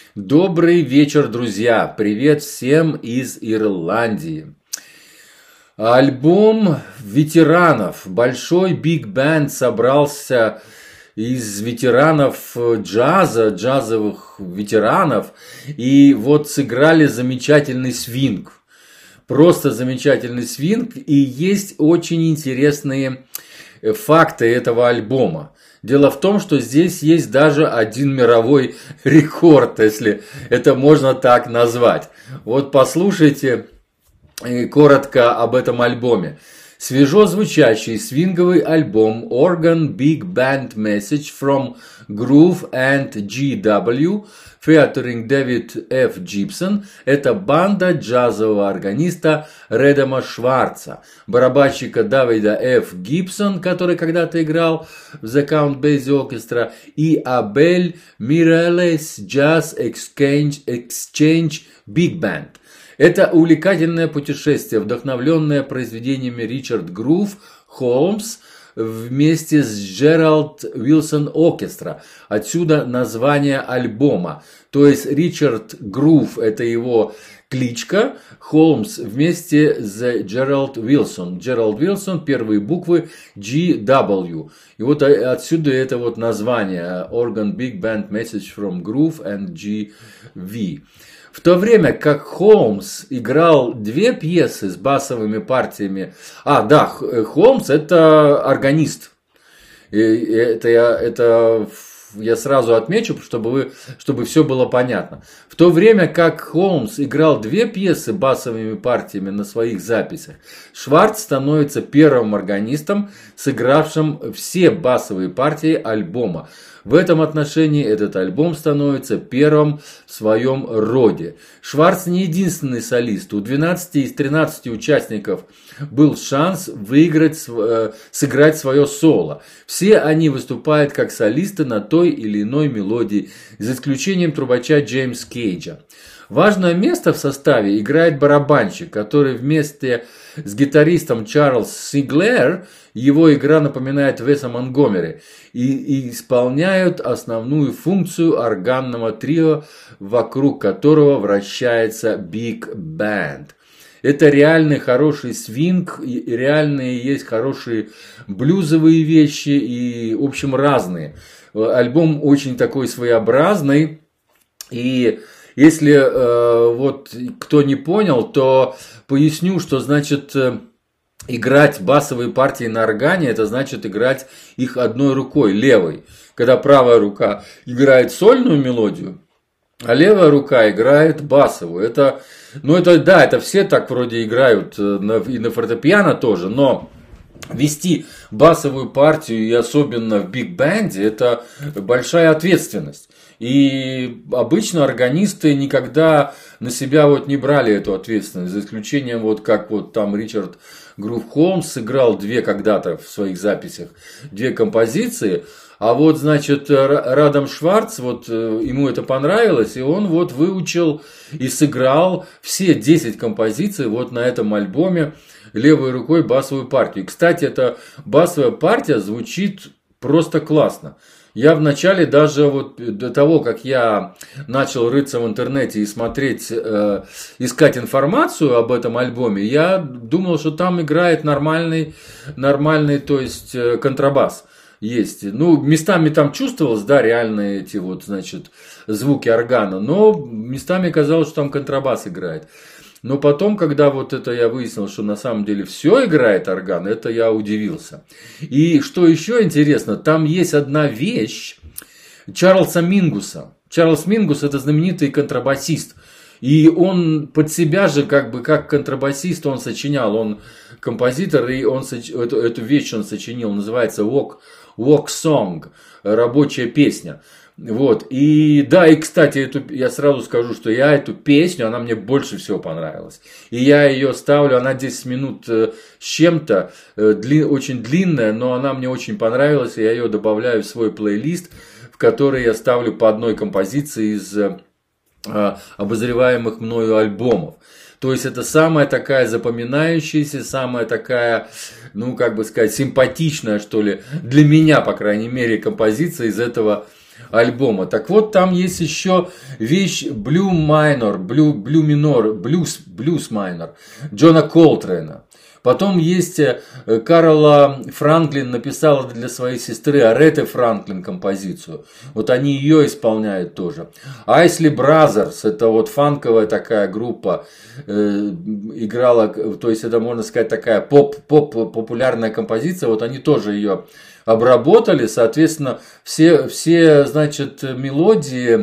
Добрый вечер, друзья! Привет всем из Ирландии. Альбом ветеранов. Большой биг-бенд собрался из ветеранов джаза, джазовых ветеранов. И вот сыграли замечательный свинг. Просто замечательный свинг. И есть очень интересные факты этого альбома. Дело в том, что здесь есть даже один мировой рекорд, если это можно так назвать. Вот послушайте коротко об этом альбоме. Свежо звучащий свинговый альбом Organ Big Band Message from Groove and GW featuring David F. Gibson – это банда джазового органиста Редема Шварца, барабанщика Давида Ф. Гибсон, который когда-то играл в The Count Basie Orchestra, и Абель Мирелес Jazz Exchange Big Band. Это увлекательное путешествие, вдохновленное произведениями Ричард Грув Холмс вместе с Джеральд Уилсон Оркестра. Отсюда название альбома. То есть Ричард Грув – это его кличка, Холмс вместе с Джеральд Уилсон. Джеральд Уилсон – первые буквы GW. И вот отсюда это вот название Organ Big Band Message from Groove and GV. В то время как Холмс играл две пьесы с басовыми партиями. Холмс это органист. Это я сразу отмечу, чтобы все было понятно. В то время как Холмс играл две пьесы басовыми партиями на своих записях, Шварц становится первым органистом, сыгравшим все басовые партии альбома. В этом отношении этот альбом становится первым в своем роде. Шварц не единственный солист. У 12 из 13 участников был шанс сыграть свое соло. Все они выступают как солисты на той или иной мелодии, за исключением трубача Джеймса Кейджа. Важное место в составе играет барабанщик, который вместе с гитаристом Чарльз Сиглер, его игра напоминает Веса Монгомери, и исполняют основную функцию органного трио, вокруг которого вращается биг-бенд. Это реальный хороший свинг, и реальные есть хорошие блюзовые вещи и, в общем, разные. Альбом очень такой своеобразный, и если вот кто не понял, то поясню, что значит играть басовые партии на органе, это значит играть их одной рукой, левой. Когда правая рука играет сольную мелодию, а левая рука играет басовую. Это все так вроде играют, и на фортепиано тоже, но вести басовую партию, и особенно в биг-бенде, это большая ответственность. И обычно органисты никогда на себя вот не брали эту ответственность, за исключением вот как вот там Ричард Грув Холмс сыграл когда-то в своих записях две композиции, а вот, значит, Радам Шварц, вот ему это понравилось, и он вот выучил и сыграл все 10 композиций вот на этом альбоме левой рукой басовую партию. И, кстати, эта басовая партия звучит просто классно. Я вначале даже вот до того, как я начал рыться в интернете и смотреть, искать информацию об этом альбоме, я думал, что там играет нормальный, то есть контрабас есть. Ну, местами там чувствовалось, да, реальные эти вот, значит, звуки органа, но местами казалось, что там контрабас играет. Но потом, когда вот это я выяснил, что на самом деле все играет орган, это я удивился. И что еще интересно, там есть одна вещь Чарльза Мингуса. Чарльз Мингус – это знаменитый контрабасист. И он под себя же, как контрабасист, он сочинял, он композитор, и он эту вещь он сочинил, называется walk song, рабочая песня. Вот, и да, и кстати, я сразу скажу, что я эту песню, она мне больше всего понравилась. И я ее ставлю, она 10 минут с чем-то, очень длинная, но она мне очень понравилась, и я ее добавляю в свой плейлист, в который я ставлю по одной композиции из обозреваемых мною альбомов. То есть это самая такая запоминающаяся, самая такая, ну как бы сказать, симпатичная, что ли, для меня, по крайней мере, композиция из этого альбома. Так вот, там есть еще вещь Blue Minor, Blue Minor, Blues Minor Джона Колтрейна. Потом есть Карла Франклин написала для своей сестры Ареты Франклин композицию. Вот они ее исполняют тоже. Айсли Бразерс, это вот фанковая такая группа, играла, то есть это, можно сказать, такая популярная композиция. Вот они тоже ее обработали. Соответственно, все значит, мелодии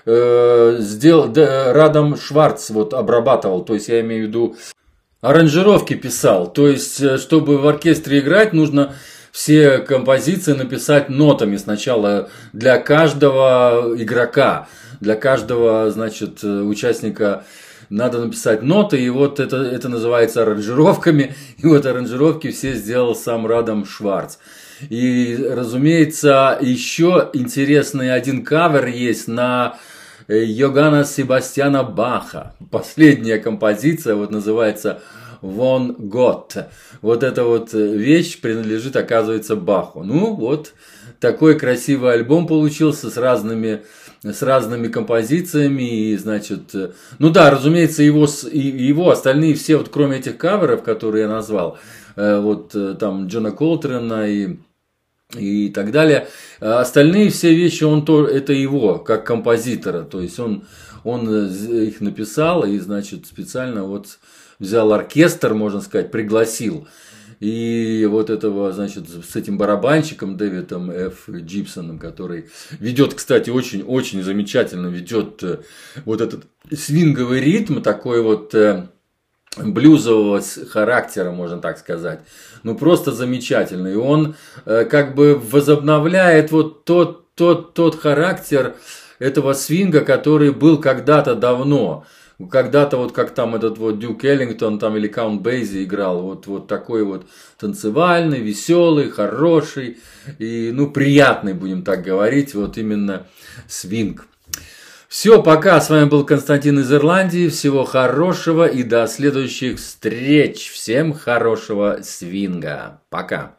Радам Шварц вот обрабатывал. То есть я имею в виду, аранжировки писал. То есть, чтобы в оркестре играть, нужно все композиции написать нотами сначала для каждого игрока, для каждого, значит, участника надо написать ноты, и вот это называется аранжировками, и вот аранжировки все сделал сам Радам Шварц. И, разумеется, еще интересный один кавер есть на Йоганна Себастьяна Баха. Последняя композиция вот называется «Von Gott». Вот эта вот вещь принадлежит, оказывается, Баху. Ну, вот такой красивый альбом получился с разными композициями. И, значит, ну да, разумеется, его остальные все, вот кроме этих каверов, которые я назвал, вот там Джона Колтрена и так далее. Остальные все вещи, это его, как композитора. То есть он их написал и, значит, специально вот взял оркестр, можно сказать, пригласил. И вот этого, значит, с этим барабанщиком Дэвидом Ф. Джипсоном, который ведет, кстати, очень-очень замечательно ведет вот этот свинговый ритм, такой вот блюзового характера, можно так сказать. Ну, просто замечательно. И он как бы возобновляет вот тот характер этого свинга, который был когда-то давно. Когда-то вот как там этот вот Дюк Эллингтон там, или Каунт Бейзи играл. Вот такой вот танцевальный, веселый, хороший и, ну, приятный, будем так говорить. Вот именно свинг. Все, пока. С вами был Константин из Ирландии. Всего хорошего и до следующих встреч. Всем хорошего свинга. Пока.